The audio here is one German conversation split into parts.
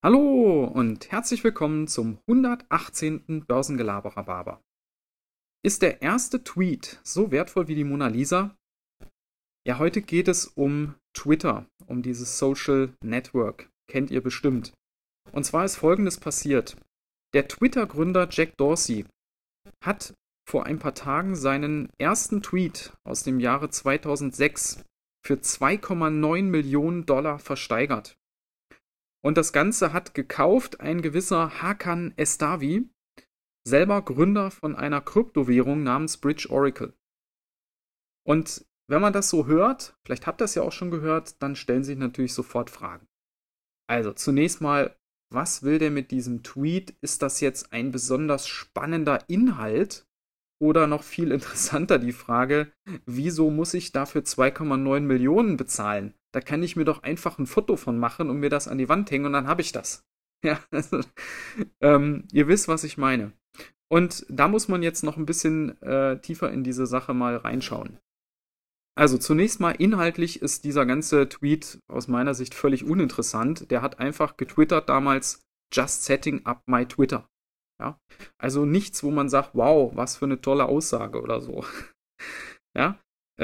Hallo und herzlich willkommen zum 118. Börsengelaber-Rhabarber. Ist der erste Tweet so wertvoll wie die Mona Lisa? Ja, heute geht es um Twitter, um dieses Social Network. Kennt ihr bestimmt. Und zwar ist Folgendes passiert. Der Twitter-Gründer Jack Dorsey hat vor ein paar Tagen seinen ersten Tweet aus dem Jahre 2006 für 2,9 Millionen Dollar versteigert. Und das Ganze hat gekauft ein gewisser Hakan Estavi, selber Gründer von einer Kryptowährung namens Bridge Oracle. Und wenn man das so hört, vielleicht habt ihr es ja auch schon gehört, dann stellen sich natürlich sofort Fragen. Also zunächst mal, was will der mit diesem Tweet? Ist das jetzt ein besonders spannender Inhalt? Oder noch viel interessanter die Frage, wieso muss ich dafür 2,9 Millionen bezahlen? Da kann ich mir doch einfach ein Foto von machen und mir das an die Wand hängen und dann habe ich das. Ja, also, ihr wisst, was ich meine. Und da muss man jetzt noch ein bisschen tiefer in diese Sache mal reinschauen. Also zunächst mal inhaltlich ist dieser ganze Tweet aus meiner Sicht völlig uninteressant. Der hat einfach getwittert damals, just setting up my Twitter. Ja? Also nichts, wo man sagt, wow, was für eine tolle Aussage oder so. Ja?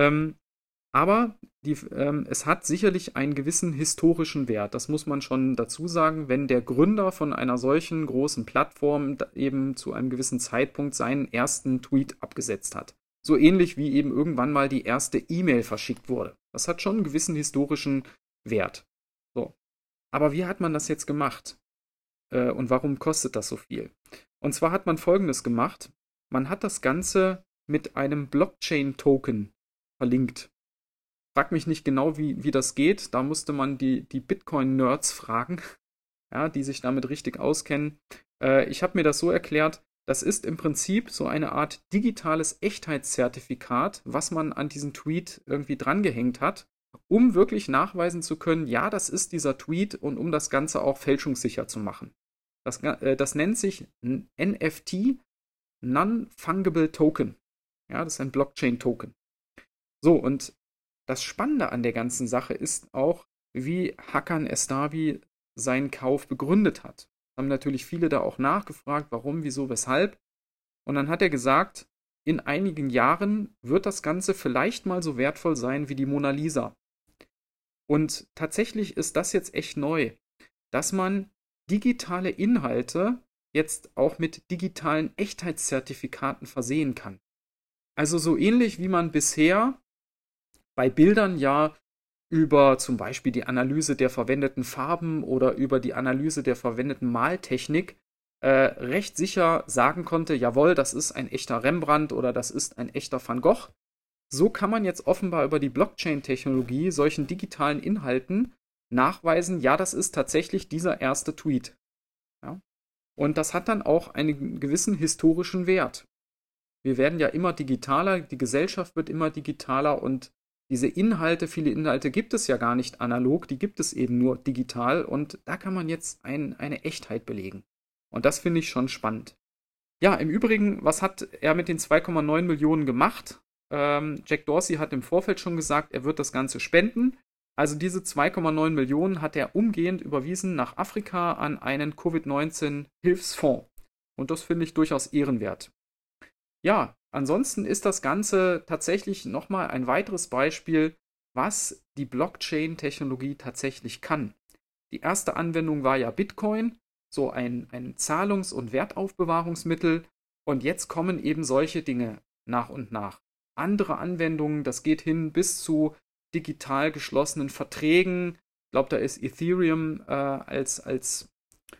Aber es hat sicherlich einen gewissen historischen Wert. Das muss man schon dazu sagen, wenn der Gründer von einer solchen großen Plattform eben zu einem gewissen Zeitpunkt seinen ersten Tweet abgesetzt hat. So ähnlich wie eben irgendwann mal die erste E-Mail verschickt wurde. Das hat schon einen gewissen historischen Wert. So. Aber wie hat man das jetzt gemacht? Und warum kostet das so viel? Und zwar hat man Folgendes gemacht. Man hat das Ganze mit einem Blockchain-Token verlinkt. Frag mich nicht genau, wie das geht. Da musste man die Bitcoin-Nerds fragen, ja, die sich damit richtig auskennen. Ich habe mir das so erklärt, das ist im Prinzip so eine Art digitales Echtheitszertifikat, was man an diesen Tweet irgendwie drangehängt hat, um wirklich nachweisen zu können, ja, das ist dieser Tweet und um das Ganze auch fälschungssicher zu machen. Das nennt sich NFT, Non-Fungible Token. Ja, das ist ein Blockchain-Token. So, und das Spannende an der ganzen Sache ist auch, wie Hakan Estavi seinen Kauf begründet hat. Haben natürlich viele da auch nachgefragt, warum, wieso, weshalb. Und dann hat er gesagt, in einigen Jahren wird das Ganze vielleicht mal so wertvoll sein wie die Mona Lisa. Und tatsächlich ist das jetzt echt neu, dass man digitale Inhalte jetzt auch mit digitalen Echtheitszertifikaten versehen kann. Also so ähnlich wie man bisher bei Bildern ja über zum Beispiel die Analyse der verwendeten Farben oder über die Analyse der verwendeten Maltechnik recht sicher sagen konnte, jawohl, das ist ein echter Rembrandt oder das ist ein echter Van Gogh. So kann man jetzt offenbar über die Blockchain-Technologie solchen digitalen Inhalten nachweisen, ja, das ist tatsächlich dieser erste Tweet. Ja? Und das hat dann auch einen gewissen historischen Wert. Wir werden ja immer digitaler, die Gesellschaft wird immer digitaler und diese Inhalte, viele Inhalte gibt es ja gar nicht analog, die gibt es eben nur digital und da kann man jetzt eine Echtheit belegen. Und das finde ich schon spannend. Ja, im Übrigen, was hat er mit den 2,9 Millionen gemacht? Jack Dorsey hat im Vorfeld schon gesagt, er wird das Ganze spenden. Also diese 2,9 Millionen hat er umgehend überwiesen nach Afrika an einen Covid-19-Hilfsfonds. Und das finde ich durchaus ehrenwert. Ja, ansonsten ist das Ganze tatsächlich nochmal ein weiteres Beispiel, was die Blockchain-Technologie tatsächlich kann. Die erste Anwendung war ja Bitcoin, so ein Zahlungs- und Wertaufbewahrungsmittel. Und jetzt kommen eben solche Dinge nach und nach. Andere Anwendungen, das geht hin bis zu digital geschlossenen Verträgen. Ich glaube, da ist Ethereum als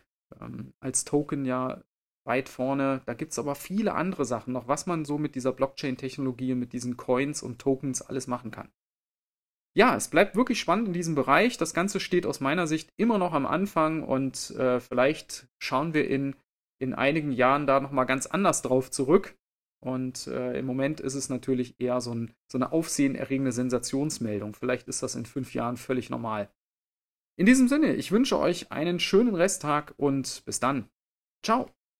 Token ja weit vorne. Da gibt es aber viele andere Sachen noch, was man so mit dieser Blockchain-Technologie und mit diesen Coins und Tokens alles machen kann. Ja, es bleibt wirklich spannend in diesem Bereich. Das Ganze steht aus meiner Sicht immer noch am Anfang und vielleicht schauen wir in einigen Jahren da nochmal ganz anders drauf zurück. Und im Moment ist es natürlich eher so eine aufsehenerregende Sensationsmeldung. Vielleicht ist das in 5 Jahren völlig normal. In diesem Sinne, ich wünsche euch einen schönen Resttag und bis dann. Ciao.